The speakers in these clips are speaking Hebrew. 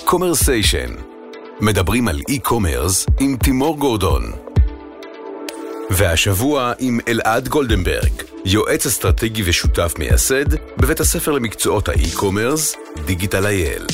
קומרסיישן. מדברים על אי-קומרס עם תימור גורדון. והשבוע עם אלעד גולדנברג, יועץ אסטרטגי ושותף מייסד בבית הספר למקצועות האי-קומרס, דיגיטל.il.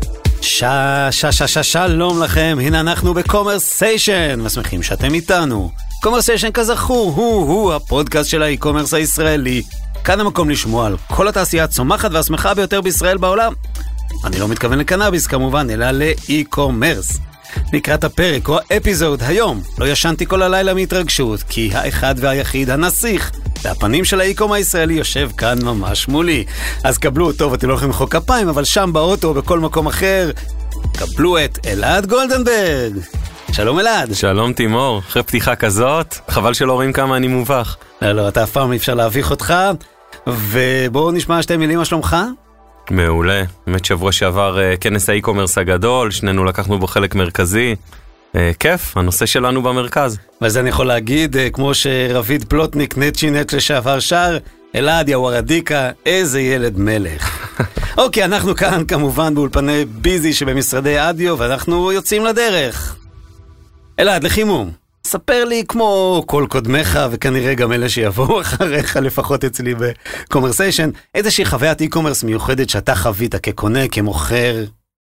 שלום לכם, הנה אנחנו בקומרסיישן, ושמחים שאתם איתנו. קומרסיישן כזכור, הוא הפודקאסט של האי-קומרס הישראלי. כאן המקום לשמוע על כל התעשייה הצומחת והשמחה ביותר בישראל בעולם. אני לא מתכוון לקנאביס כמובן, אלא לאי-קומרס. לקראת הפרק או האפיזוד היום, לא ישנתי כל הלילה מהתרגשות, כי האחד והיחיד הנסיך והפנים של האי-קום הישראלי יושב כאן ממש מולי. אז קבלו אותו, אתם לא יכולים למחוא כפיים, אבל שם באוטו או בכל מקום אחר, קבלו את אלעד גולדנברג. שלום אלעד. שלום תימור, אחרי פתיחה כזאת, חבל שלא רואים כמה אני מובך. לא, אתה אף פעם אפשר להביך אותך, ובואו נשמע שתי מילים, מה שלומך? מעולה, באמת שבוע שעבר כנס האי-קומרס הגדול, שנינו לקחנו בו חלק מרכזי, כיף, הנושא שלנו במרכז. וזה אני יכול להגיד, כמו שרביד פלוטניק נט לשעבר שר, אלעד יא וורדיקה, איזה ילד מלך. אוקיי, אנחנו כאן כמובן באולפני ביזי שבמשרדי אדיו, ואנחנו יוצאים לדרך. אלעד, לחימום, ספר לי כמו כל קודמך, וכנראה גם אלה שיבואו אחריך, לפחות אצלי בקומרסיישן, איזושהי חוויית אי-קומרס מיוחדת שאתה חווית כקונה, כמוכר,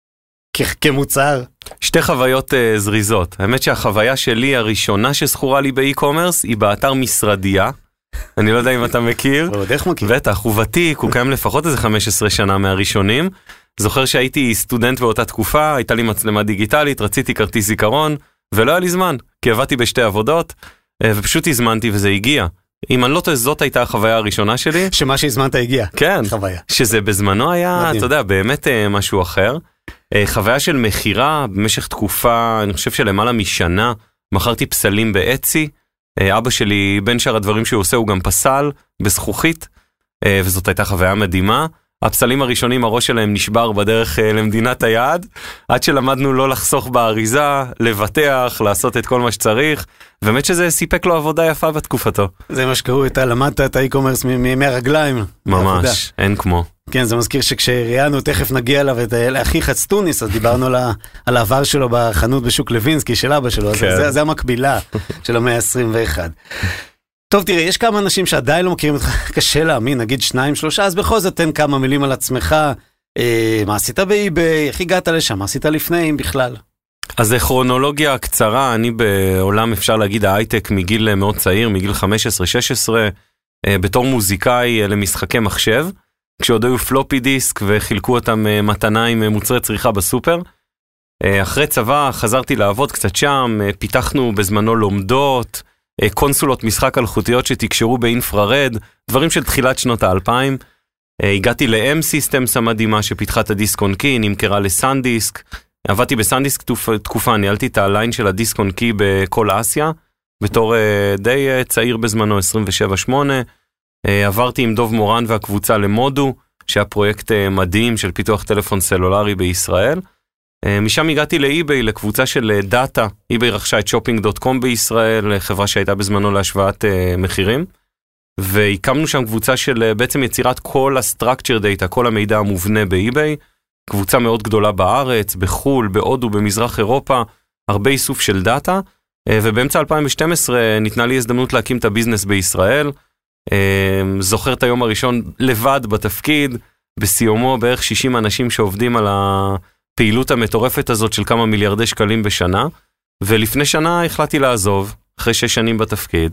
כמוצר. שתי חוויות זריזות. האמת שהחוויה שלי הראשונה שזכורה לי באי-קומרס היא באתר משרדיה. אני לא יודע אם אתה מכיר. עוד איך מכיר? בטח, הוא ותיק, הוא קיים לפחות איזה 15 שנה מהראשונים. זוכר שהייתי סטודנט באותה תקופה, הייתה לי מצלמה דיגיטלית, רציתי כרטיס זיכרון, ולא היה לי זמן, כי עבדתי בשתי עבודות, ופשוט הזמנתי וזה הגיע. אם אני לא טועה, זאת הייתה החוויה הראשונה שלי. שמה שהזמנת הגיע. כן. חוויה. שזה בזמנו היה, מדהים. אתה יודע, באמת משהו אחר. חוויה של מחירה במשך תקופה, אני חושב שלמעלה משנה, מכרתי פסלים באצי. אבא שלי, בין שאר הדברים שהוא עושה, הוא גם פסל בזכוכית, וזאת הייתה חוויה מדהימה. הפסלים הראשונים, הראש שלהם נשבר בדרך למדינת היעד, עד שלמדנו לא לחסוך באריזה, לבטח, לעשות את כל מה שצריך, באמת שזה סיפק לו עבודה יפה בתקופתו. זה מה שקראו, למדת את האי-קומרס מהרגליים. ממש, אין כמו. כן, זה מזכיר שכשראיינו, תכף נגיע אליו את לאחי חצטוניס, אז דיברנו על העבר שלו בחנות בשוק לוינסקי של אבא שלו, כן. אז זה המקבילה של המאה ה-21. טוב, תראה, יש כמה אנשים שעדיין לא מכירים אותך, קשה להאמין, נגיד 2-3, אז בכל זאת תן כמה מילים על עצמך, מה עשית באי-ביי, איך הגעת לשם, מה עשית לפני, אם בכלל? אז זה כרונולוגיה קצרה, אני בעולם אפשר להגיד ההייטק מגיל מאוד צעיר, מגיל 15-16, בתור מוזיקאי למשחקי מחשב, כשעוד היו פלופי דיסק וחילקו אותם מתנה עם מוצרי צריכה בסופר. אחרי צבא חזרתי לעבוד קצת שם, פיתחנו בזמנו לומדות, קונסולות משחק אלחוטיות שתקשרו באינפרארד, דברים של תחילת שנות ה-2000. הגעתי ל-M-Systems המדהימה שפיתחה את הדיסק און קי, נמכרה לסנדיסק. עבדתי בסנדיסק תקופה, ניהלתי את הליין של הדיסק און קי בכל אסיה, בתור די צעיר בזמנו, 27-8. עברתי עם דוב מורן והקבוצה למודו, שהיה פרויקט מדהים של פיתוח טלפון סלולרי בישראל. משם הגעתי לאי-ביי, לקבוצה של דאטה. אי-ביי רכשה את shopping.com בישראל, חברה שהייתה בזמנו להשוואת מחירים, והקמנו שם קבוצה של בעצם יצירת כל ה-structure data, כל המידע המובנה באי-ביי, קבוצה מאוד גדולה בארץ, בחול, בהודו, במזרח אירופה, הרבה איסוף של דאטה, ובאמצע 2012 ניתנה לי הזדמנות להקים את הביזנס בישראל. זוכר את היום הראשון לבד בתפקיד, בסיומו בערך 60 אנשים שעובדים על הפעילות המטורפת הזאת של כמה מיליארדי שקלים בשנה, ולפני שנה החלטתי לעזוב, אחרי 6 שנים בתפקיד,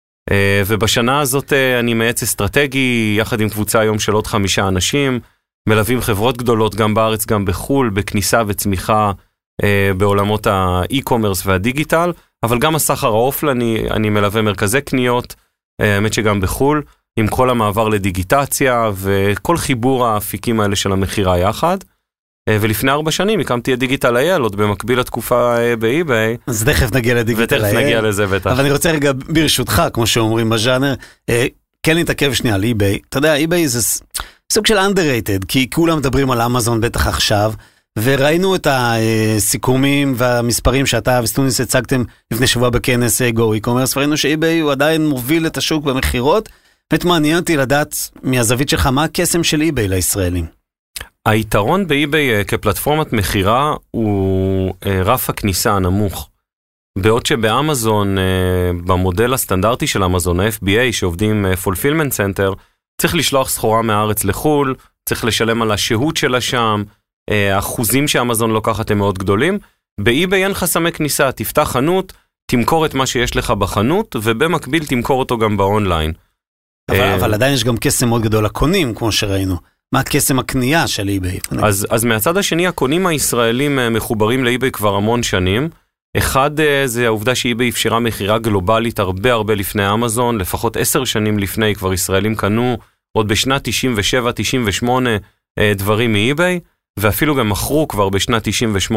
ובשנה הזאת אני מייעץ אסטרטגי, יחד עם קבוצה היום של עוד 5 אנשים, מלווים חברות גדולות גם בארץ גם בחול, בכניסה וצמיחה בעולמות האי-קומרס והדיגיטל, אבל גם הסחר האופלני, אני מלווה מרכזי קניות, האמת שגם בחול, עם כל המעבר לדיגיטציה וכל חיבור האפיקים האלה של המחירה יחד. ולפני 4 שנים הקמתי את דיגיטל.il, עוד במקביל לתקופה באי-ביי. אז תכף נגיע לדיגיטל.il. ותכף נגיע לזה בטח. אבל אני רוצה רגע ברשותך, כמו שאומרים בז'אנר, כן להתעכב שנייה על אי-ביי. אתה יודע, אי-ביי זה סוג של underrated, כי כולם מדברים על אמזון בטח עכשיו, וראינו את הסיכומים והמספרים שאתה וסטוניס הצגתם לפני שבוע בכנס גו אי-קומרס, וראינו שאי-ביי הוא עדיין מוביל את השוק במחירות, באמת מעניין אותי לדעת מהזווית שלך מה הקסם של אי-ביי לישראלים. היתרון באי-ביי כפלטפורמת מחירה הוא רף הכניסה הנמוך. בעוד שבאמזון, במודל הסטנדרטי של אמזון, ה-FBA, שעובדים Fulfillment Center, צריך לשלוח סחורה מהארץ לחול, צריך לשלם על השהות שלה שם, האחוזים שאמזון לוקחת הם מאוד גדולים. באי-ביי אין חסמי כניסה, תפתח חנות, תמכור את מה שיש לך בחנות, ובמקביל תמכור אותו גם באונליין. אבל עדיין יש גם קסם מאוד גדול לקונים, כמו שראינו. מה קסם הקנייה של אי-ביי? אז מהצד השני, הקונים הישראלים מחוברים לאי-ביי כבר המון שנים. אחד, זה העובדה שאי-ביי אפשרה מחירה גלובלית הרבה לפני אמזון, לפחות 10 שנים לפני, כבר ישראלים קנו עוד בשנת 97-98 דברים מאי-ביי, ואפילו גם מכרו כבר בשנת 98-9.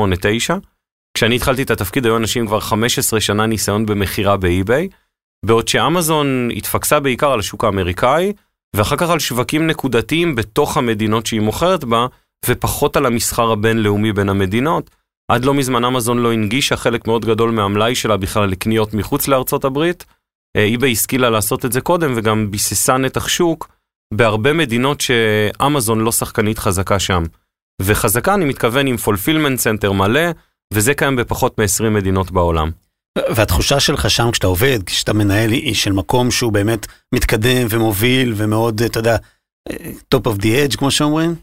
כשאני התחלתי את התפקיד, היו אנשים כבר 15 שנה ניסיון במחירה באי-ביי, בעוד שאמזון התפקסה בעיקר על השוק האמריקאי, ואחר כך על שווקים נקודתיים בתוך המדינות שהיא מוכרת בה, ופחות על המסחר הבינלאומי בין המדינות. עד לא מזמן אמזון לא הנגישה חלק מאוד גדול מהמלאי שלה בכלל לקניות מחוץ לארצות הברית. אי-ביי השכילה לעשות את זה קודם, וגם ביססה נתח שוק בהרבה מדינות שאמזון לא שחקנית חזקה שם. וחזקה אני מתכוון עם Fulfillment Center מלא, וזה קיים בפחות מ-20 מדינות בעולם. והתחושה שלך שם כשאתה עובד, כשאתה מנהל של מקום שהוא באמת מתקדם ומוביל ומאוד, אתה יודע, top of the edge כמו שאומרים?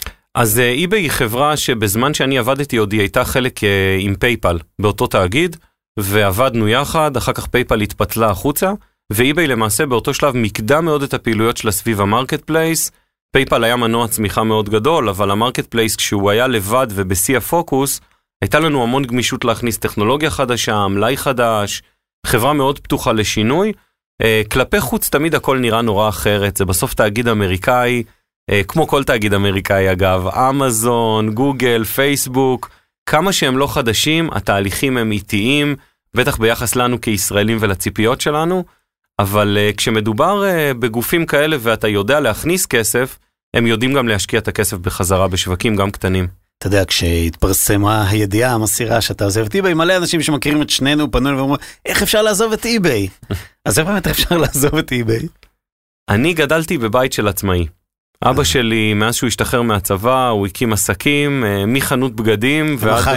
אז אי-ביי היא חברה שבזמן שאני עבדתי עוד היא הייתה חלק עם פייפל באותו תאגיד, ועבדנו יחד, אחר כך פייפל התפתלה החוצה, ואי-ביי למעשה באותו שלב מקדם מאוד את הפעילויות שלה סביב המרקט פלייס. פייפל היה מנוע צמיחה מאוד גדול, אבל המרקט פלייס כשהוא היה לבד ובשיא הפוקוס, הייתה לנו המון גמישות להכניס טכנולוגיה חדשה, מלאי חדש, חברה מאוד פתוחה לשינוי. כלפי חוץ תמיד הכל נראה נורא אחרת, זה בסוף תאגיד אמריקאי, כמו כל תאגיד אמריקאי אגב, אמזון, גוגל, פייסבוק, כמה שהם לא חדשים, התהליכים הם איטיים, בטח ביחס לנו כישראלים ולציפיות שלנו, אבל כשמדובר בגופים כאלה ואתה יודע להכניס כסף, הם יודעים גם להשקיע את הכסף בחזרה בשווקים גם קטנים. אתה יודע, כשהתפרסמה הידיעה המסירה שאתה עוזב את אי-ביי, מלא אנשים שמכירים את שנינו פנו ואומרים, איך אפשר לעזוב את אי-ביי? אז איך באמת אפשר לעזוב את אי-ביי? אני גדלתי בבית של עצמאי. אבא שלי, מאז שהוא השתחרר מהצבא, הוא הקים עסקים, מחנות בגדים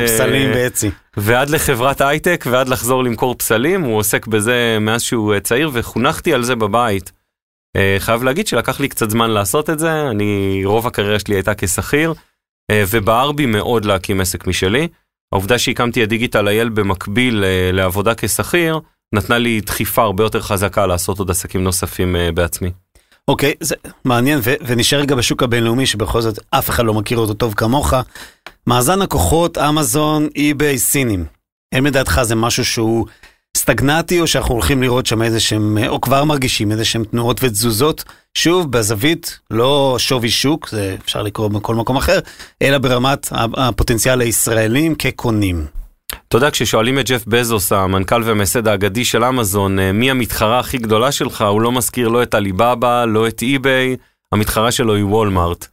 ועד לחברת הייטק, ועד לחזור למכור פסלים. הוא עוסק בזה מאז שהוא צעיר, וחונכתי על זה בבית. חייב להגיד שלקח לי קצת זמן לעשות את זה, רוב הקריירה שלי הייתה כשכיר, ובער בי מאוד להקים עסק משלי. העובדה שהקמתי את דיגיטל אייל במקביל לעבודה כשכיר, נתנה לי דחיפה הרבה יותר חזקה לעשות עוד עסקים נוספים בעצמי. אוקיי, זה מעניין, ונשאר רגע בשוק הבינלאומי, שבכל זאת אף אחד לא מכיר אותו טוב כמוך. מאזן הכוחות, אמזון, אי-ביי, סינים. אין מדעתך זה משהו שהוא סטגנטי, או שאנחנו הולכים לראות שם איזה שהם, או כבר מרגישים איזה שהם תנועות ותזוזות, שוב, בזווית, לא שווי שוק, זה אפשר לקרוא בכל מקום אחר, אלא ברמת הפוטנציאל הישראלים כקונים. אתה יודע, כששואלים את ג'ף בזוס, המנכ"ל ומייסד האגדי של אמזון, מי המתחרה הכי גדולה שלך, הוא לא מזכיר לא את אליבאבא, לא את אי-ביי, המתחרה שלו היא וולמארט.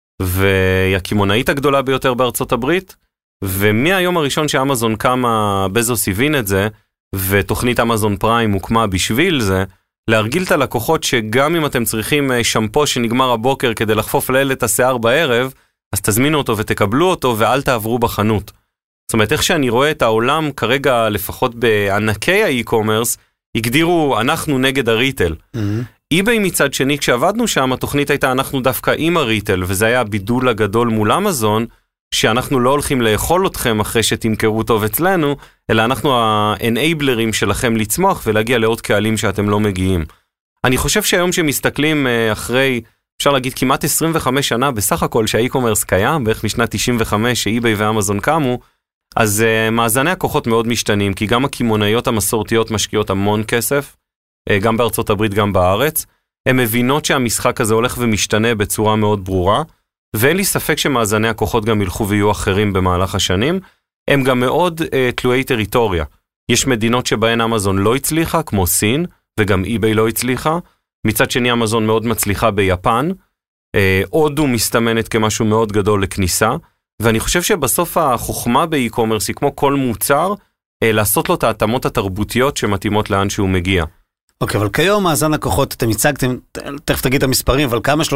והיא הקמעונאית הגדולה ביותר בארצות הברית, ומהיום הראשון שאמזון קמה, בזוס הבין את זה, ותוכנית אמזון פריים הוקמה בשביל זה, להרגיל את הלקוחות שגם אם אתם צריכים שמפו שנגמר הבוקר כדי לחפוף ליל את השיער בערב, אז תזמינו אותו ותקבלו אותו ואל תעברו בחנות. זאת אומרת, איך שאני רואה את העולם כרגע, לפחות בענקי האי-קומרס, הגדירו אנחנו נגד הריטל. אי-ביי מצד שני, כשעבדנו שם, התוכנית הייתה אנחנו דווקא עם הריטל, וזה היה הבידול הגדול מול אמזון, שאנחנו לא הולכים לאכול אתכם אחרי שתמכרו טוב אצלנו, אלא אנחנו האנאבלרים שלכם לצמוח ולהגיע לעוד קהלים שאתם לא מגיעים. אני חושב שהיום שמסתכלים אחרי, אפשר להגיד כמעט 25 שנה בסך הכל שהאי-קומרס קיים, בערך משנת 95 שאי-ביי ואמזון קמו, אז מאזני הכוחות מאוד משתנים, כי גם הקמעונאיות המסורתיות משקיעות המון כסף, גם בארצות הברית, גם בארץ. הן מבינות שהמשחק הזה הולך ומשתנה בצורה מאוד ברורה, ואין לי ספק שמאזני הכוחות גם ילכו ויהיו אחרים במהלך השנים. הם גם מאוד תלויי טריטוריה. יש מדינות שבהן אמזון לא הצליחה, כמו סין, וגם אי-ביי לא הצליחה. מצד שני, אמזון מאוד מצליחה ביפן. הודו מסתמנת כמשהו מאוד גדול לכניסה. ואני חושב שבסוף החוכמה באי-קומרס היא כמו כל מוצר, לעשות לו את ההתאמות התרבותיות שמתאימות לאן שהוא מגיע. אוקיי, אבל כיום מאזן הכוחות, אתם הצגתם, תכף תגיד את המספרים, אבל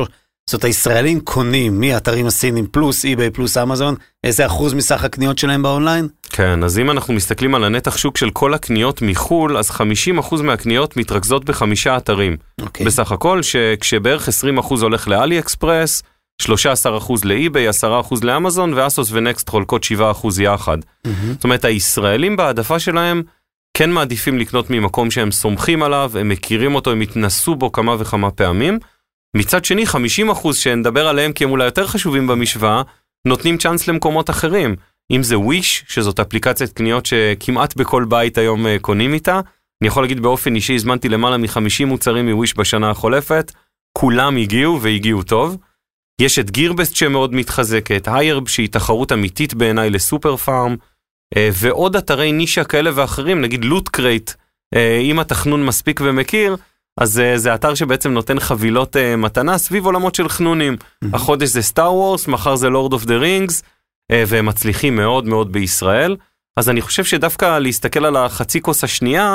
זאת הישראלים קונים מאתרים הסינים פלוס eBay פלוס אמזון, איזה אחוז מסך הקניות שלהם באונליין? כן, אז אם אנחנו מסתכלים על הנתח שוק של כל הקניות מחול, אז 50% מהקניות מתרכזות ב5 אתרים. בסך הכל, כשבערך 20% הולך לאלי אקספרס, 13% לאיביי, 10% לאמזון, ואסוס ונקסט חולקות 7% יחד. זאת אומרת, הישראלים בהעדפה שלהם כן מעדיפים לקנות ממקום שהם סומכים עליו, הם מכירים אותו, הם התנסו בו כמה וכמה פעמים. מצד שני, 50% שנדבר עליהם כי הם אולי יותר חשובים במשוואה, נותנים צ'אנס למקומות אחרים. אם זה וויש, שזאת אפליקציית קניות שכמעט בכל בית היום קונים איתה, אני יכול להגיד באופן אישי, הזמנתי למעלה מ50 מוצרים מוויש בשנה החולפת, כולם הגיעו והגיעו טוב. יש את גירבסט שמאוד מתחזקת, היירב שהיא תחרות אמיתית בעיניי לסופר פארם, ועוד אתרי נישה כאלה ואחרים, נגיד לוט קרייט, אם התכנון מספיק ומכיר, אז זה אתר שבעצם נותן חבילות מתנה סביב עולמות של חנונים. החודש זה סטאר וורס, מחר זה לורד אוף דה רינגס, והם מצליחים מאוד מאוד בישראל. אז אני חושב שדווקא להסתכל על החצי כוס השנייה,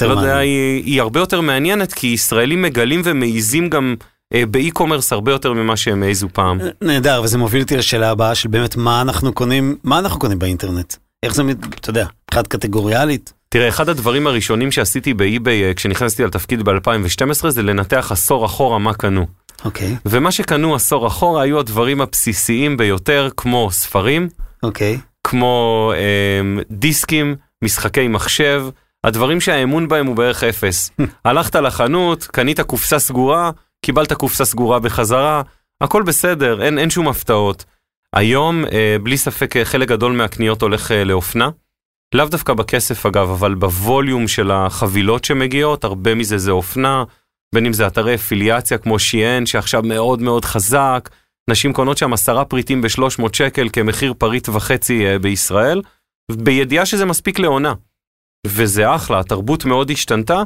היא הרבה יותר מעניינת, כי ישראלים מגלים ומעיזים גם באי-קומרס הרבה יותר ממה שהם מעיזו פעם. נהדר, וזה מוביל אותי לשאלה הבאה של באמת מה אנחנו קונים באינטרנט. איך זה, אתה יודע, אחד קטגוריאלית? תראה, אחד הדברים הראשונים שעשיתי באי-ביי כשנכנסתי על תפקיד ב-2012 זה לנתח עשור אחורה מה קנו. אוקיי. ומה שקנו עשור אחורה היו הדברים הבסיסיים ביותר, כמו ספרים, אוקיי. כמו דיסקים, משחקי מחשב, הדברים שהאמון בהם הוא בערך 0. הלכת לחנות, קנית קופסה סגורה, קיבלת קופסה סגורה בחזרה, הכל בסדר, אין שום הפתעות. היום, בלי ספק, חלק גדול מהקניות הולך לאופנה, לאו דווקא בכסף אגב, אבל בווליום של החבילות שמגיעות, הרבה מזה זה אופנה, בין אם זה אתרי אפיליאציה כמו שיין, שעכשיו מאוד מאוד חזק, נשים קונות שם 10 פריטים ב300 שקל, כמחיר פריט וחצי בישראל, בידיעה שזה מספיק לעונה. וזה אחלה, התרבות מאוד השתנתה,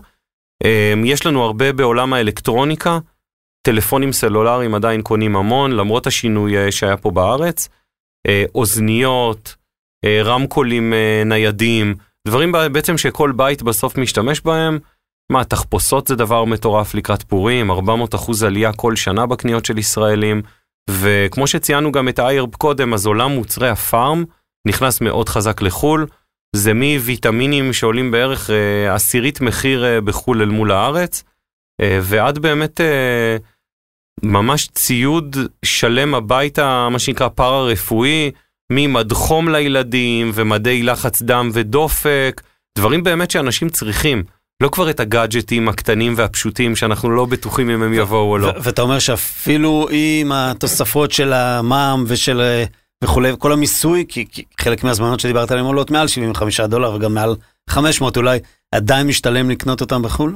יש לנו הרבה בעולם האלקטרוניקה, טלפונים סלולריים עדיין קונים המון, למרות השינוי שהיה פה בארץ, אוזניות, רמקולים ניידים, דברים בעצם שכל בית בסוף משתמש בהם. תחפושות זה דבר מטורף לקראת פורים, 400% עלייה כל שנה בקניות של ישראלים, וכמו שציינו גם את היירב קודם, אז עולם מוצרי הפארם נכנס מאוד חזק לחול, זה מוויטמינים שעולים בערך 10 מחיר בחול אל מול הארץ, ועד באמת ממש ציוד שלם הביתה, מה שנקרא פארה-רפואי, ממדחום לילדים ומדי לחץ דם ודופק, דברים באמת שאנשים צריכים, לא כבר את הגאדג'טים הקטנים והפשוטים שאנחנו לא בטוחים אם הם יבואו או לא. ואתה אומר שאפילו עם התוספות של המע"מ ושל וכו', כל המיסוי, כי חלק מהזמנות שדיברת עליהם עולות מעל $75 וגם מעל 500 אולי, עדיין משתלם לקנות אותם בחו"ל?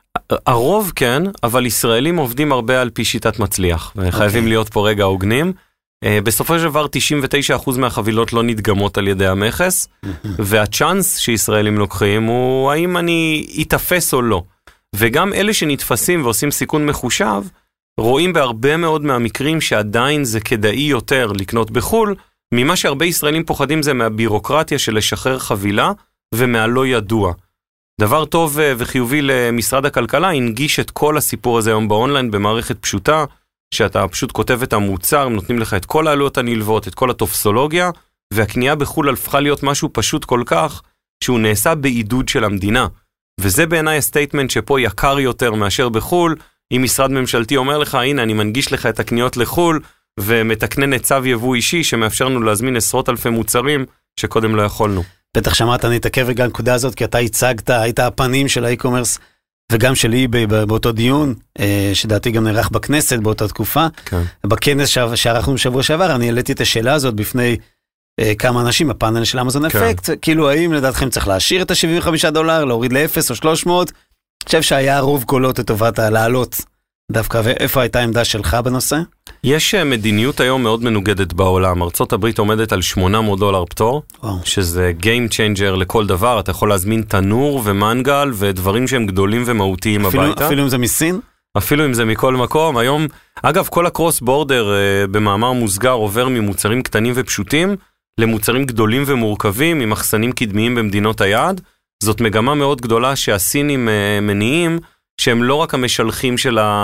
הרוב כן, אבל ישראלים עובדים הרבה על פי שיטת מצליח, וחייבים להיות פה רגע הוגנים. בסופו של דבר 99% מהחבילות לא נדגמות על ידי המכס, והצ'אנס שישראלים לוקחים הוא האם אני אתפס או לא. וגם אלה שנתפסים ועושים סיכון מחושב, רואים בהרבה מאוד מהמקרים שעדיין זה כדאי יותר לקנות בחול, ממה שהרבה ישראלים פוחדים זה מהבירוקרטיה של לשחרר חבילה ומהלא ידוע. דבר טוב וחיובי למשרד הכלכלה, הנגיש את כל הסיפור הזה היום באונליין במערכת פשוטה, שאתה פשוט כותב את המוצר, הם נותנים לך את כל העלויות הנלוות, את כל הטופסולוגיה, והקנייה בחול הפכה להיות משהו פשוט כל כך, שהוא נעשה בעידוד של המדינה. וזה בעיניי הסטייטמנט שפה יקר יותר מאשר בחול, אם משרד ממשלתי אומר לך, הנה אני מנגיש לך את הקניות לחול, ומתקנן את צו יבוא אישי, שמאפשר לנו להזמין עשרות אלפי מוצרים, שקודם לא יכולנו. בטח שמעת, אני אתעכב רגע הנקודה הזאת, כי אתה הצגת, היית הפנים של האי-קומרס, וגם של eBay באותו דיון, שדעתי גם נערך בכנסת באותה תקופה. כן. בכנס שערכנו בשבוע שעבר, אני העליתי את השאלה הזאת בפני כמה אנשים, הפאנל של אמזון אפקט, כאילו האם לדעתכם צריך להשאיר את $75, להוריד ל-0 או 300, אני חושב שהיה רוב קולות לטובת העלות דווקא, ואיפה הייתה העמדה שלך בנושא? יש מדיניות היום מאוד מנוגדת בעולם, ארצות הברית עומדת על $800 פטור, שזה game changer לכל דבר, אתה יכול להזמין תנור ומנגל ודברים שהם גדולים ומהותיים הביתה. אפילו אם זה מסין? אפילו אם זה מכל מקום, היום, אגב כל הקרוס בורדר במאמר מוסגר עובר ממוצרים קטנים ופשוטים, למוצרים גדולים ומורכבים, עם מחסנים קדמיים במדינות היעד, זאת מגמה מאוד גדולה שהסינים מניעים, שהם לא רק המשלחים של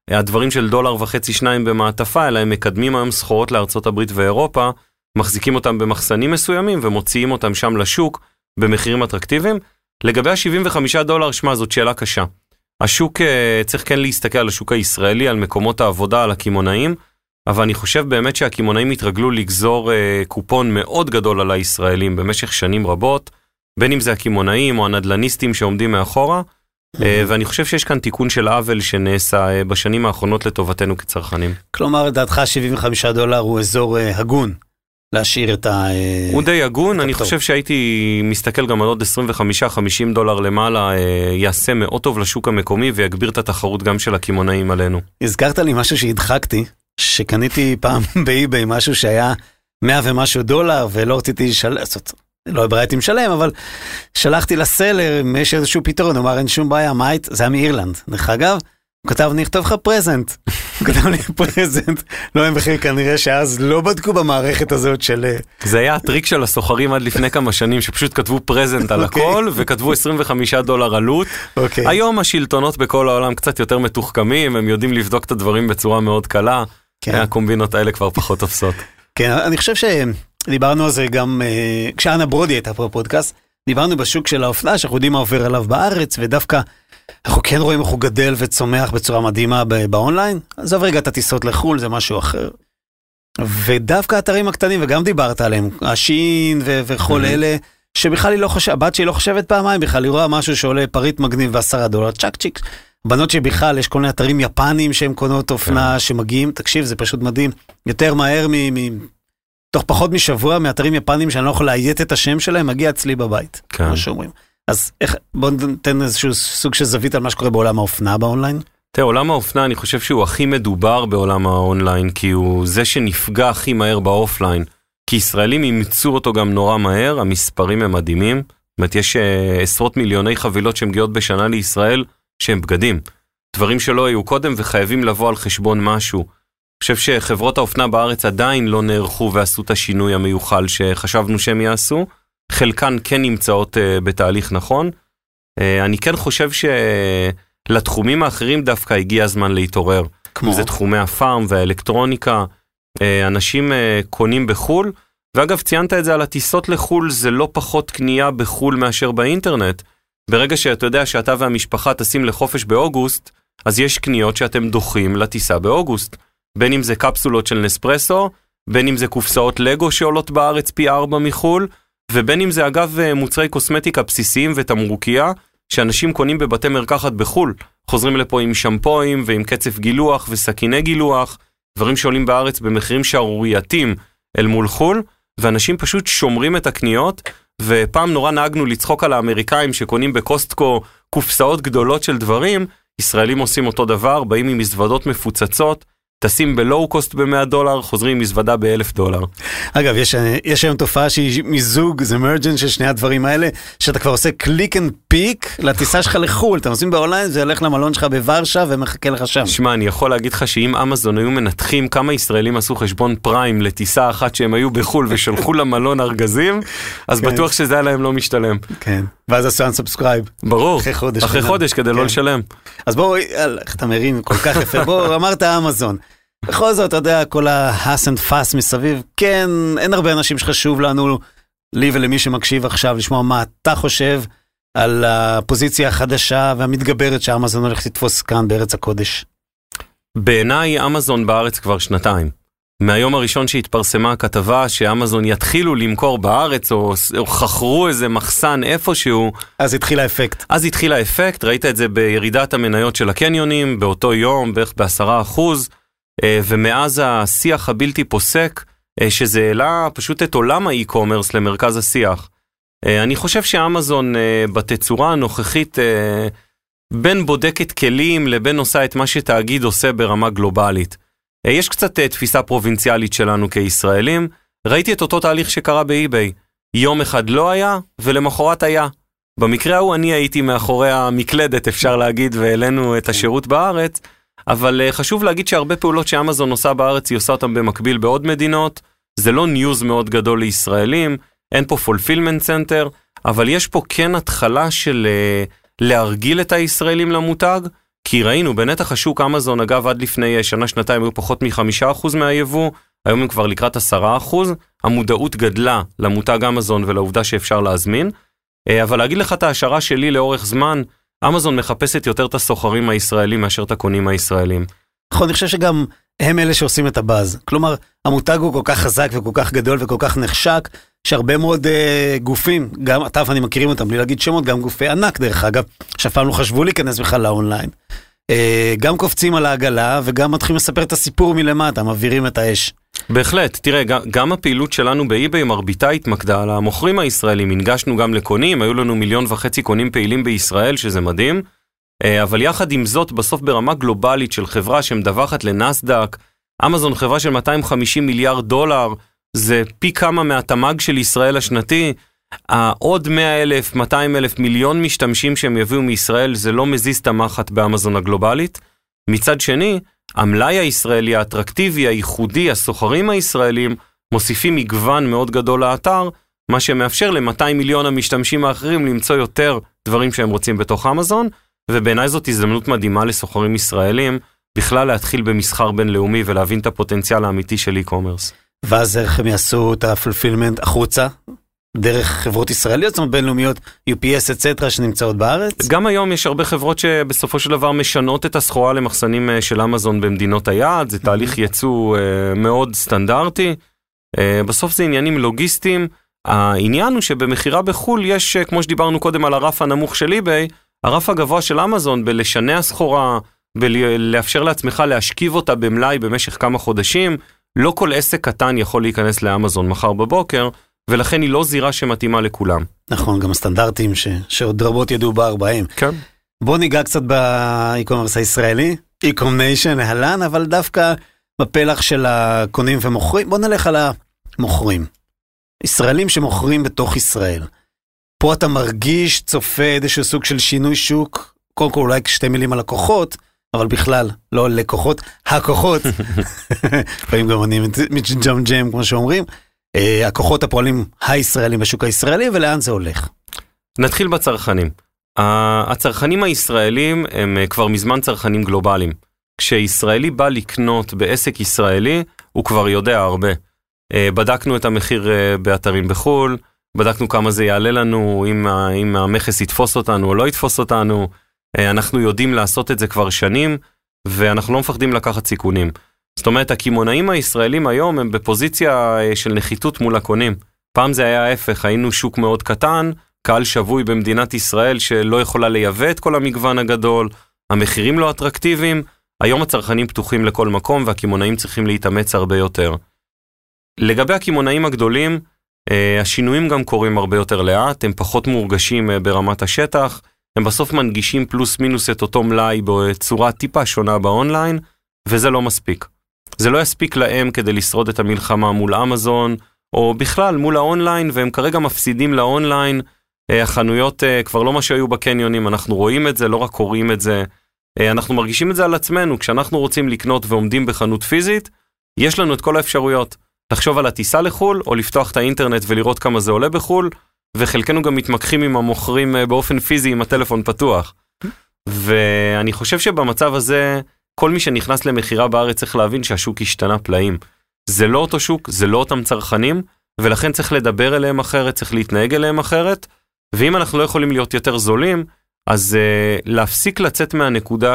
הדברים של $1.50-2 במעטפה, אלא הם מקדמים היום סחורות לארצות הברית ואירופה, מחזיקים אותם במחסנים מסוימים ומוציאים אותם שם לשוק במחירים אטרקטיביים. לגבי $75, שמה, זאת שאלה קשה. השוק, צריך כן להסתכל על השוק הישראלי, על מקומות העבודה, על הכימונאים, אבל אני חושב באמת שהכימונאים התרגלו לגזור קופון מאוד גדול על הישראלים במשך שנים רבות, בין אם זה הכימונאים או הנדלניסטים שעומדים מאחורה, ואני חושב שיש כאן תיקון של עוול שנעשה בשנים האחרונות לטובתנו כצרכנים. כלומר, דעתך $75 הוא אזור הגון להשאיר את ה... הוא די הגון, אני חושב שהייתי מסתכל גם על עוד $25-50 למעלה, יעשה מאוד טוב לשוק המקומי ויגביר את התחרות גם של הכימונאים עלינו. הזכרת לי משהו שהדחקתי, שקניתי פעם באי-ביי משהו שהיה $100 ומשהו ולא רציתי לשלם, לא הייתי משלם, אבל שלחתי לסלר, אם יש איזשהו פתרון, הוא אמר, אין שום בעיה, זה היה מאירלנד. דרך אגב, הוא כתב, אני אכתוב לך פרזנט. הוא כתב לי פרזנט. לא, הם בכלל כנראה שאז לא בדקו במערכת הזאת של... זה היה הטריק של הסוחרים עד לפני כמה שנים, שפשוט כתבו פרזנט על הכל, וכתבו $25 עלות. היום השלטונות בכל העולם קצת יותר מתוחכמים, הם יודעים לבדוק את הדברים בצורה מאוד קלה. הקומבינות האלה כבר פחות תופסות. כן, אני חושב שדיברנו על זה גם, כשאנה ברודי הייתה פה בפודקאסט, דיברנו בשוק של האופנה, שאנחנו יודעים מה עובר עליו בארץ, ודווקא אנחנו כן רואים איך הוא גדל וצומח בצורה מדהימה באונליין, אז עבר רגע את הטיסות לחול, זה משהו אחר. ודווקא האתרים הקטנים, וגם דיברת עליהם, השין וכל אלה, שבכלל היא לא חושבת, הבת שהיא לא חושבת פעמיים, בכלל היא רואה משהו שעולה פריט מגניב $10, צ'ק צ'יק. בנות שבכלל יש כל מיני אתרים יפנים שהם קונות אופנה שמגיעים, תקשיב, זה פשוט מדהים, יותר מהר תוך פחות משבוע מאתרים יפנים שאני לא יכול להיית את השם שלהם, מגיע אצלי בבית, כמו שאומרים. אז בואו ניתן איזשהו סוג של זווית על מה שקורה בעולם האופנה באונליין. תראה, עולם האופנה אני חושב שהוא הכי מדובר בעולם האונליין, כי הוא זה שנפגע הכי מהר באופליין, כי ישראלים אימצו אותו גם נורא מהר, המספרים הם מדהימים, זאת אומרת יש עשרות מיליוני חבילות שמגיעות בשנה לישראל, שהם בגדים, דברים שלא היו קודם וחייבים לבוא על חשבון משהו. אני חושב שחברות האופנה בארץ עדיין לא נערכו ועשו את השינוי המיוחל שחשבנו שהם יעשו, חלקן כן נמצאות בתהליך נכון. אני כן חושב שלתחומים האחרים דווקא הגיע הזמן להתעורר. כמו? זה תחומי הפארם והאלקטרוניקה, אנשים קונים בחול, ואגב ציינת את זה על הטיסות לחול, זה לא פחות קנייה בחול מאשר באינטרנט. ברגע שאתה יודע שאתה והמשפחה טסים לחופש באוגוסט, אז יש קניות שאתם דוחים לטיסה באוגוסט. בין אם זה קפסולות של נספרסו, בין אם זה קופסאות לגו שעולות בארץ פי 4 מחול, ובין אם זה אגב מוצרי קוסמטיקה בסיסיים ותמרוקיה, שאנשים קונים בבתי מרקחת בחול, חוזרים לפה עם שמפויים ועם קצף גילוח וסכיני גילוח, דברים שעולים בארץ במחירים שערורייתיים אל מול חול, ואנשים פשוט שומרים את הקניות, ופעם נורא נהגנו לצחוק על האמריקאים שקונים בקוסטקו קופסאות גדולות של דברים, ישראלים עושים אותו דבר, באים עם מזוודות מפוצצות, טסים בלואו קוסט $100, חוזרים עם מזוודה $1,000. אגב, יש היום תופעה שהיא מיזוג, זה מרג'ן של שני הדברים האלה, שאתה כבר עושה קליק אנד פיק לטיסה שלך לחול, אתה עושים באונליין, זה הולך למלון שלך בוורשה ומחכה לך שם. שמע, אני יכול להגיד לך שאם אמזון היו מנתחים כמה ישראלים עשו חשבון פריים לטיסה אחת שהם היו בחול ושלחו למלון ארגזים, אז בטוח שזה היה להם לא משתלם. כן, ואז עשו unsubscribe. ברור, אחרי חודש כדי לא לשלם. אז בואו, איך אתה מרים כל כך יפה, בואו, אמרת אמזון. בכל זאת, אתה יודע, כל ההס אנד פאס מסביב, כן, אין הרבה אנשים שחשוב לנו, לי ולמי שמקשיב עכשיו, לשמוע מה אתה חושב על הפוזיציה החדשה והמתגברת שאמזון הולך לתפוס כאן בארץ הקודש. בעיניי, אמזון בארץ כבר שנתיים. מהיום הראשון שהתפרסמה הכתבה שאמזון יתחילו למכור בארץ, או חכרו איזה מחסן איפשהו. אז התחיל האפקט. ראית את זה בירידת המניות של הקניונים, באותו יום, בערך ב10%, ומאז השיח הבלתי פוסק, שזה העלה פשוט את עולם האי-קומרס למרכז השיח. אני חושב שאמזון בתצורה הנוכחית, בין בודקת כלים לבין עושה את מה שתאגיד עושה ברמה גלובלית. יש קצת תפיסה פרובינציאלית שלנו כישראלים, ראיתי את אותו תהליך שקרה באי-ביי. יום אחד לא היה, ולמחרת היה. במקרה ההוא אני הייתי מאחורי המקלדת, אפשר להגיד, והעלינו את השירות בארץ, אבל חשוב להגיד שהרבה פעולות שאמזון עושה בארץ, היא עושה אותם במקביל בעוד מדינות, זה לא ניוז מאוד גדול לישראלים, אין פה fulfillment center, אבל יש פה כן התחלה של להרגיל את הישראלים למותג, כי ראינו, בנתח השוק אמזון, אגב, עד לפני שנה-שנתיים היו פחות מ5% מהיבוא, היום הם כבר לקראת 10%, המודעות גדלה למותג אמזון ולעובדה שאפשר להזמין, אבל להגיד לך את ההשערה שלי לאורך זמן, אמזון מחפשת יותר את הסוחרים הישראלים מאשר את הקונים הישראלים. נכון, אני חושב שגם הם אלה שעושים את הבאז. כלומר, המותג הוא כל כך חזק וכל כך גדול וכל כך נחשק, שהרבה מאוד גופים, גם אתה ואני מכירים אותם, בלי להגיד שמות, גם גופי ענק דרך אגב, שאף פעם לא חשבו להיכנס בכלל לאונליין. גם קופצים על העגלה וגם מתחילים לספר את הסיפור מלמטה, מעבירים את האש. בהחלט, תראה, גם הפעילות שלנו באי-ביי מרביתה התמקדה על המוכרים הישראלים, הנגשנו גם לקונים, היו לנו 1.5 מיליון קונים פעילים בישראל, שזה מדהים, אבל יחד עם זאת, בסוף ברמה גלובלית של חברה שמדווחת לנסדק, אמזון חברה של $250 מיליארד, זה פי כמה מהתמ"ג של ישראל השנתי, עוד 100,000, 200,000, מיליון משתמשים שהם יביאו מישראל, זה לא מזיז תמחת באמזון הגלובלית. מצד שני, המלאי הישראלי, האטרקטיבי, הייחודי, הסוחרים הישראלים, מוסיפים מגוון מאוד גדול לאתר, מה שמאפשר ל200 מיליון המשתמשים האחרים למצוא יותר דברים שהם רוצים בתוך אמזון, ובעיניי זאת הזדמנות מדהימה לסוחרים ישראלים, בכלל להתחיל במסחר בינלאומי ולהבין את הפוטנציאל האמיתי של e-commerce. ואז איך הם יעשו את הפולפילמנט החוצה? דרך חברות ישראליות, זאת אומרת בינלאומיות, UPS, אצטרה, שנמצאות בארץ? גם היום יש הרבה חברות שבסופו של דבר משנות את הסחורה למחסנים של אמזון במדינות היעד, זה תהליך ייצוא מאוד סטנדרטי, בסוף זה עניינים לוגיסטיים, העניין הוא שבמחירה בחול יש, כמו שדיברנו קודם על הרף הנמוך של eBay, הרף הגבוה של אמזון בלשנע סחורה, בלאפשר לעצמך להשכיב אותה במלאי במשך כמה חודשים, לא כל עסק קטן יכול להיכנס לאמזון מחר בבוקר, ולכן היא לא זירה שמתאימה לכולם. נכון, גם הסטנדרטים שעוד רבות ידעו בהם. כן. בוא ניגע קצת באי-קומרס הישראלי, e-com-nation, להלן, אבל דווקא בפלח של הקונים ומוכרים, בוא נלך על המוכרים. ישראלים שמוכרים בתוך ישראל. פה אתה מרגיש, צופה איזשהו סוג של שינוי שוק, קודם כל אולי 2 מילים על לקוחות, אבל בכלל, לא לקוחות, הכוחות. לפעמים גם אני מתג'ם ג'ם, כמו שאומרים. הכוחות הפועלים הישראלים בשוק הישראלי, ולאן זה הולך? נתחיל בצרכנים. הצרכנים הישראלים הם כבר מזמן צרכנים גלובליים. כשישראלי בא לקנות בעסק ישראלי, הוא כבר יודע הרבה. בדקנו את המחיר באתרים בחול, בדקנו כמה זה יעלה לנו, אם המכס יתפוס אותנו או לא יתפוס אותנו. אנחנו יודעים לעשות את זה כבר שנים, ואנחנו לא מפחדים לקחת סיכונים. זאת אומרת, הכימונאים הישראלים היום הם בפוזיציה של נחיתות מול הקונים. פעם זה היה ההפך, היינו שוק מאוד קטן, קהל שבוי במדינת ישראל שלא יכולה לייבא את כל המגוון הגדול, המחירים לא אטרקטיביים, היום הצרכנים פתוחים לכל מקום והכימונאים צריכים להתאמץ הרבה יותר. לגבי הכימונאים הגדולים, השינויים גם קורים הרבה יותר לאט, הם פחות מורגשים ברמת השטח, הם בסוף מנגישים פלוס מינוס את אותו מלאי בצורה טיפה שונה באונליין, וזה לא מספיק. זה לא יספיק להם כדי לשרוד את המלחמה מול אמזון, או בכלל מול האונליין, והם כרגע מפסידים לאונליין, החנויות כבר לא מה שהיו בקניונים, אנחנו רואים את זה, לא רק קוראים את זה, אנחנו מרגישים את זה על עצמנו, כשאנחנו רוצים לקנות ועומדים בחנות פיזית, יש לנו את כל האפשרויות, לחשוב על הטיסה לחול, או לפתוח את האינטרנט ולראות כמה זה עולה בחול, וחלקנו גם מתמקחים עם המוכרים באופן פיזי עם הטלפון פתוח. ואני חושב שבמצב הזה, כל מי שנכנס למחירה בארץ צריך להבין שהשוק השתנה פלאים. זה לא אותו שוק, זה לא אותם צרכנים, ולכן צריך לדבר אליהם אחרת, צריך להתנהג אליהם אחרת, ואם אנחנו לא יכולים להיות יותר זולים, אז להפסיק לצאת מהנקודה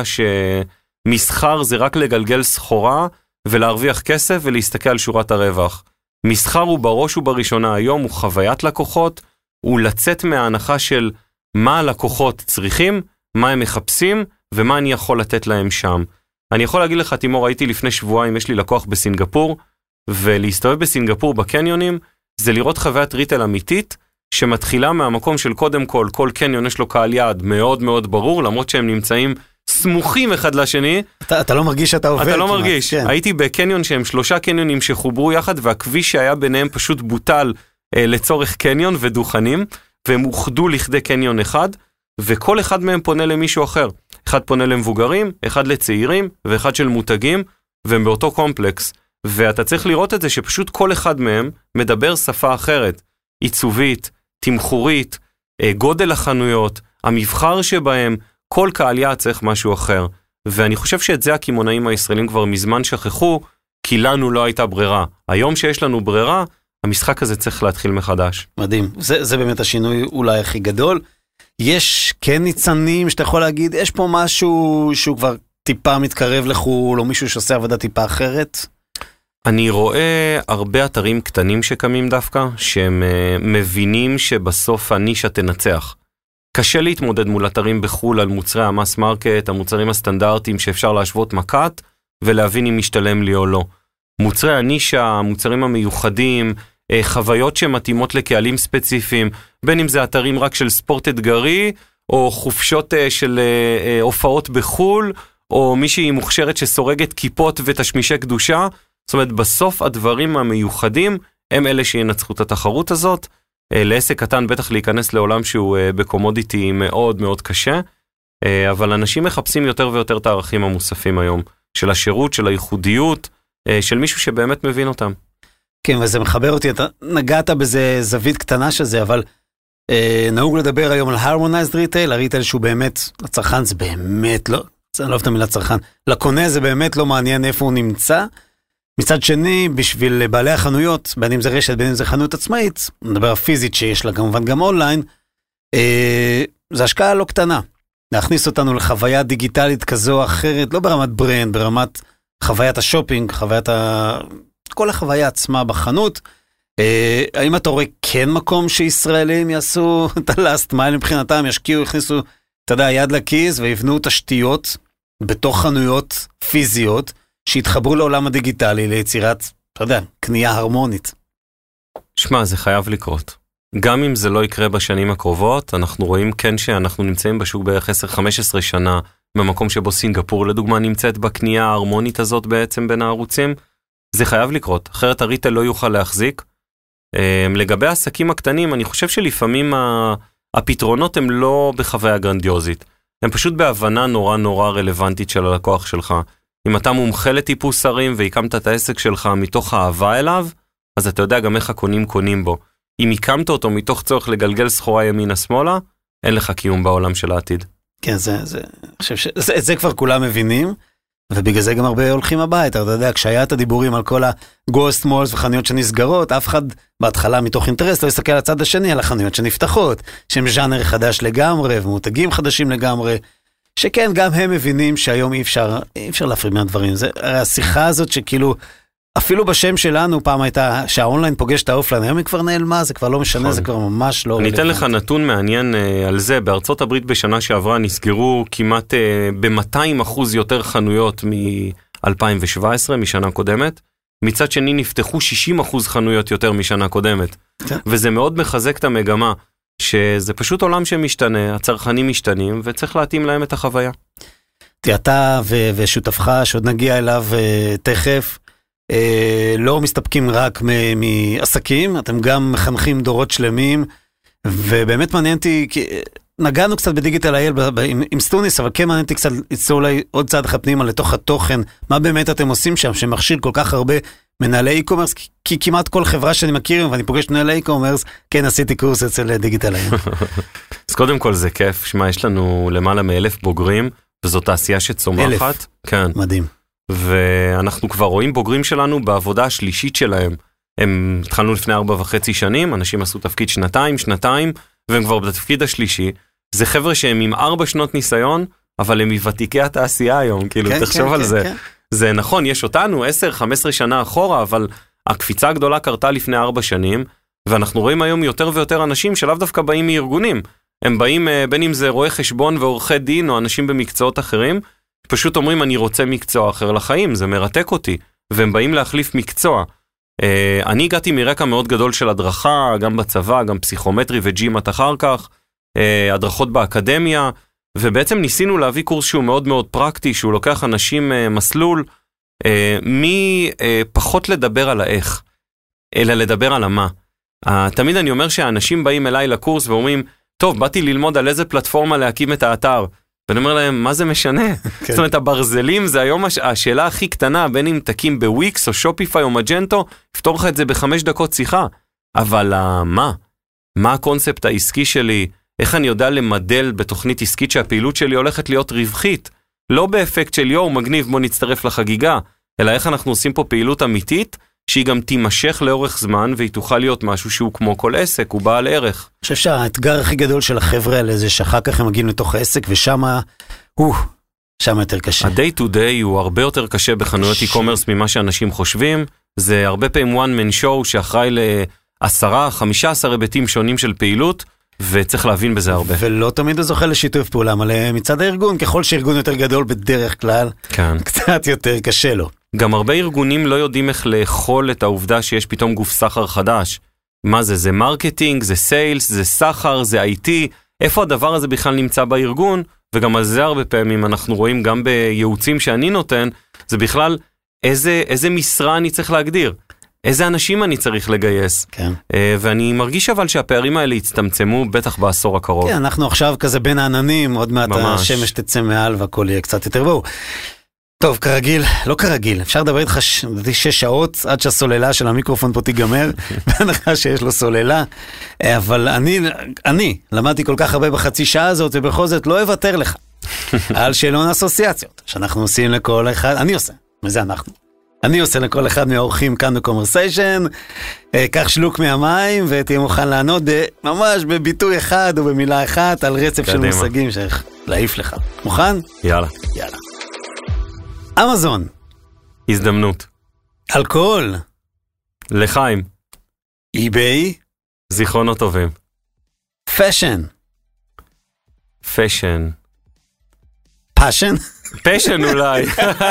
שמסחר זה רק לגלגל סחורה, ולהרוויח כסף ולהסתכל על שורת הרווח. מסחר הוא בראש ובראשונה היום, הוא חוויית לקוחות, הוא לצאת מההנחה של מה הלקוחות צריכים, מה הם מחפשים, ומה אני יכול לתת להם שם. אני יכול להגיד לך, תימור, הייתי לפני שבועיים, יש לי לקוח בסינגפור, ולהסתובב בסינגפור בקניונים, זה לראות חוויית ריטל אמיתית, שמתחילה מהמקום של קודם כל קניון יש לו קהל יעד מאוד מאוד ברור, למרות שהם נמצאים סמוכים אחד לשני. אתה לא מרגיש שאתה עובד. אתה לא מרגיש. כן. הייתי בקניון שהם 3 קניונים שחוברו יחד, והכביש שהיה ביניהם פשוט בוטל לצורך קניון ודוכנים, והם אוחדו לכדי קניון אחד, וכל אחד מהם פונה למישהו אחר. אחד פונה למבוגרים, אחד לצעירים, ואחד של מותגים, והם באותו קומפלקס. ואתה צריך לראות את זה שפשוט כל אחד מהם מדבר שפה אחרת, עיצובית, תמחורית, גודל החנויות, המבחר שבהם, כל קהל יעד צריך משהו אחר. ואני חושב שאת זה הכימונאים הישראלים כבר מזמן שכחו, כי לנו לא הייתה ברירה. היום שיש לנו ברירה, המשחק הזה צריך להתחיל מחדש. מדהים, זה באמת השינוי אולי הכי גדול. יש כן ניצנים שאתה יכול להגיד, יש פה משהו שהוא כבר טיפה מתקרב לחול, או מישהו שעושה עבודה טיפה אחרת? אני רואה הרבה אתרים קטנים שקמים דווקא, שהם מבינים שבסוף הנישה תנצח. קשה להתמודד מול אתרים בחול על מוצרי המס מרקט, המוצרים הסטנדרטיים שאפשר להשוות מקט, ולהבין אם משתלם לי או לא. מוצרי הנישה, המוצרים המיוחדים, חוויות שמתאימות לקהלים ספציפיים, בין אם זה אתרים רק של ספורט אתגרי, או חופשות של הופעות בחול, או מישהי מוכשרת שסורגת כיפות ותשמישי קדושה. זאת אומרת, בסוף הדברים המיוחדים הם אלה שינצחו את התחרות הזאת. לעסק קטן בטח להיכנס לעולם שהוא בקומודיטי מאוד מאוד קשה, אבל אנשים מחפשים יותר ויותר את הערכים המוספים היום, של השירות, של הייחודיות, של מישהו שבאמת מבין אותם. כן, וזה מחבר אותי, אתה נגעת בזה זווית קטנה שזה, אבל נהוג לדבר היום על Harmonized Retail, הריטייל שהוא באמת, לצרכן זה באמת לא, אני לא אוהב את המילה צרכן, לקונה זה באמת לא מעניין איפה הוא נמצא. מצד שני, בשביל בעלי החנויות, בין אם זה רשת, בין אם זה חנות עצמאית, נדבר הפיזית שיש לה כמובן גם אונליין, זה השקעה לא קטנה. להכניס אותנו לחוויה דיגיטלית כזו או אחרת, לא ברמת ברנד, ברמת חוויית השופינג, כל החוויה עצמה בחנות. האם אתה רואה כן מקום שישראלים יעשו את הלאסט מייל מבחינתם, ישקיעו, יכניסו, אתה יודע, יד לכיס ויבנו תשתיות בתוך חנויות פיזיות, שהתחברו לעולם הדיגיטלי ליצירת, אתה יודע, קנייה הרמונית. שמע, זה חייב לקרות. גם אם זה לא יקרה בשנים הקרובות, אנחנו רואים כן שאנחנו נמצאים בשוק בערך 10-15 שנה, במקום שבו סינגפור לדוגמה נמצאת בקנייה ההרמונית הזאת בעצם בין הערוצים, זה חייב לקרות, אחרת הריטייל לא יוכל להחזיק. לגבי העסקים הקטנים, אני חושב שלפעמים הפתרונות הם לא בחוויה גרנדיוזית, הם פשוט בהבנה נורא נורא רלוונטית של הלקוח שלך. אם אתה מומחה לטיפוס שרים והקמת את העסק שלך מתוך אהבה אליו, אז אתה יודע גם איך הקונים קונים בו. אם הקמת אותו מתוך צורך לגלגל סחורה ימינה שמאלה, אין לך קיום בעולם של העתיד. כן, אני חושב שזה כבר כולם מבינים, ובגלל זה גם הרבה הולכים הביתה. אתה יודע, כשהיה את הדיבורים על כל הגוסט מולס וחנויות שנסגרות, אף אחד בהתחלה מתוך אינטרס לא יסתכל על הצד השני, על החנויות שנפתחות, שהם ז'אנר חדש לגמרי, ומותגים חדשים לגמרי, שכן, גם הם מבינים שהיום אי אפשר להפריד מהדברים. זה השיחה הזאת שכאילו, אפילו בשם שלנו פעם הייתה שהאונליין פוגש את האופליין, היום היא כבר נעלמה, זה כבר לא משנה, זה כבר ממש לא... אני אתן לך נתון מעניין על זה, בארצות הברית בשנה שעברה נסגרו כמעט ב-200% יותר חנויות מ-2017, משנה קודמת, מצד שני נפתחו 60% חנויות יותר משנה קודמת, וזה מאוד מחזק את המגמה, שזה פשוט עולם שמשתנה, הצרכנים משתנים, וצריך להתאים להם את החוויה. אתה ושותפך, שעוד נגיע אליו תכף, לא מסתפקים רק מעסקים, אתם גם מחנכים דורות שלמים, ובאמת מעניין אותי, נגענו קצת בדיגיטל אייל עם סטוניס, אבל כן מעניין אותי קצת ליצור אולי עוד צעד אחד פנימה לתוך התוכן, מה באמת אתם עושים שם, שמכשיר כל כך הרבה מנהלי e-commerce, כי כמעט כל חברה שאני מכיר, ואני פוגש מנהלי e-commerce, כן עשיתי קורס אצל דיגיטל אייל. אז קודם כל זה כיף, שמה, יש לנו למעלה מ1,000 בוגרים, וזו תעשייה שצומחת. 1,000, כן. מדהים. ואנחנו כבר רואים בוגרים שלנו בעבודה השלישית שלהם. הם התחלנו לפני 4.5 שנים, אנשים עשו תפקיד שנתיים, והם כבר בתפקיד השלישי. זה חבר'ה שהם עם 4 שנות ניסיון, אבל הם מוותיקי התעשייה היום, כאילו, תחשוב על זה. זה נכון, יש אותנו 10-15 שנה אחורה, אבל הקפיצה הגדולה קרתה לפני 4 שנים, ואנחנו רואים היום יותר ויותר אנשים שלאו דווקא באים מארגונים. הם באים בין אם זה רואי חשבון ועורכי דין, או אנשים במקצועות אחרים, פשוט אומרים אני רוצה מקצוע אחר לחיים, זה מרתק אותי, והם באים להחליף מקצוע. אני הגעתי מרקע מאוד גדול של הדרכה, גם בצבא, גם פסיכומטרי וג'ימת אחר כך, הדרכות באקדמיה, ובעצם ניסינו להביא קורס שהוא מאוד מאוד פרקטי, שהוא לוקח אנשים מסלול, פחות לדבר על האיך, אלא לדבר על המה. תמיד אני אומר שהאנשים באים אליי לקורס ואומרים, טוב, באתי ללמוד על איזה פלטפורמה להקים את האתר, ואני אומר להם, מה זה משנה? זאת אומרת, הברזלים זה היום השאלה הכי קטנה, בין אם תקים בוויקס או שופיפיי או מג'נטו, יפתור לך את זה ב5 דקות שיחה. אבל מה? מה הקונספט העסקי שלי? איך אני יודע למדל בתוכנית עסקית שהפעילות שלי הולכת להיות רווחית? לא באפקט של יו, מגניב, בוא נצטרף לחגיגה, אלא איך אנחנו עושים פה פעילות אמיתית, שהיא גם תימשך לאורך זמן, והיא תוכל להיות משהו שהוא כמו כל עסק, הוא בעל ערך. אני חושב שהאתגר הכי גדול של החבר'ה האלה זה שאחר כך הם מגיעים לתוך העסק, ושמה, שם יותר קשה. ה-day to day הוא הרבה יותר קשה בחנויות e-commerce ממה שאנשים חושבים, זה הרבה פעמים one man show שאחראי ל10-15 היבטים שונים של פעילות, וצריך להבין בזה הרבה. ולא תמיד הוא זוכה לשיתוף פעולה מלא מצד הארגון, ככל שארגון יותר גדול בדרך כלל, כן. קצת יותר קשה לו. גם הרבה ארגונים לא יודעים איך לאכול את העובדה שיש פתאום גוף סחר חדש. מה זה? זה מרקטינג, זה סיילס, זה סחר, זה IT, איפה הדבר הזה בכלל נמצא בארגון, וגם על זה הרבה פעמים אנחנו רואים גם בייעוצים שאני נותן, זה בכלל איזה משרה אני צריך להגדיר. איזה אנשים אני צריך לגייס. כן. ואני מרגיש אבל שהפערים האלה יצטמצמו בטח בעשור הקרוב. כן, אנחנו עכשיו כזה בין העננים, עוד מעט השמש תצא מעל והכל יהיה קצת יותר בואו. טוב, כרגיל, לא כרגיל, אפשר לדבר איתך 6 שעות עד שהסוללה של המיקרופון פה תיגמר, בהנחה שיש לו סוללה, אבל אני למדתי כל כך הרבה בחצי שעה הזאת, ובכל זאת לא אוותר לך על שאלון אסוציאציות, שאנחנו עושים לכל אחד, אני עושה לכל אחד מהאורחים כאן בקומרסיישן, קח שלוק מהמים ותהיה מוכן לענות ממש בביטוי אחד או במילה אחת על רצף של מושגים שאיך להעיף לך. מוכן? יאללה. אמזון. הזדמנות. אלכוהול. לחיים. eBay. זיכרונות טובים. פשן. פשן? פשן אולי.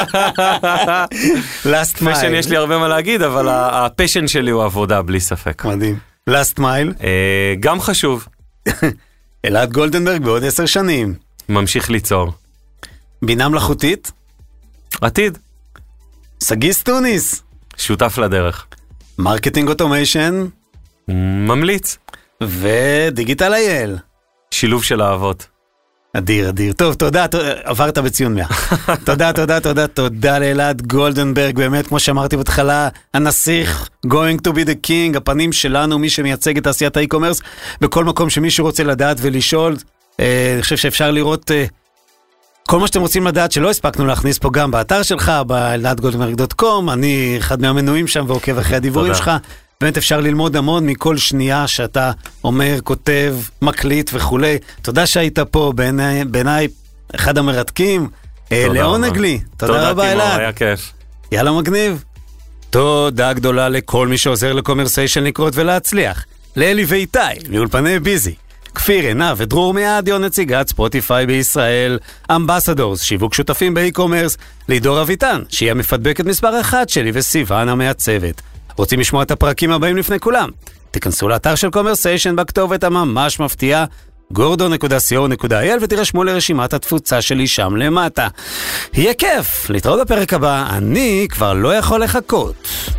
last mile. פשן יש לי הרבה מה להגיד, אבל הפשן שלי הוא עבודה בלי ספק. מדהים. last mile. גם חשוב. אלעד גולדנברג בעוד 10 שנים. ממשיך ליצור. בינה מלאכותית. עתיד. סגיס טוניס. שותף לדרך. מרקטינג אוטומיישן. ממליץ. ודיגיטל אייל. שילוב של אהבות. אדיר. טוב, תודה, עברת בציון 100. תודה לאלעד גולדנברג, באמת, כמו שאמרתי בהתחלה, הנסיך, going to be the king, הפנים שלנו, מי שמייצג את תעשיית האי-קומרס, בכל מקום שמישהו רוצה לדעת ולשאול, אני חושב שאפשר לראות כל מה שאתם רוצים לדעת שלא הספקנו להכניס פה גם באתר שלך, ב-eladgoldberg.com, אני אחד מהמנויים שם ועוקב אחרי הדיבורים שלך, באמת אפשר ללמוד המון מכל שנייה שאתה אומר, כותב, מקליט וכו'. תודה שהיית פה, בעיניי אחד המרתקים, לעונג לי. תודה רבה אלעד. היה כיף. יאללה מגניב. תודה גדולה לכל מי שעוזר לקומרסיישן לקרות ולהצליח. לאלי ואיתי, לאולפני ביזי. כפיר, עינה ודרור מאדיו, נציגת ספוטיפיי בישראל, אמבסדורס, שיווק שותפים באי-קומרס, לידור אביטן, שהיא המפדבקת מספר 1 שלי, וסיוון המעצבת. רוצים לשמוע את הפרקים הבאים לפני כולם? תיכנסו לאתר של קומרסיישן בכתובת הממש מפתיעה, gordo.co.il, ותירשמו לרשימת התפוצה שלי שם למטה. יהיה כיף, להתראות בפרק הבא, אני כבר לא יכול לחכות.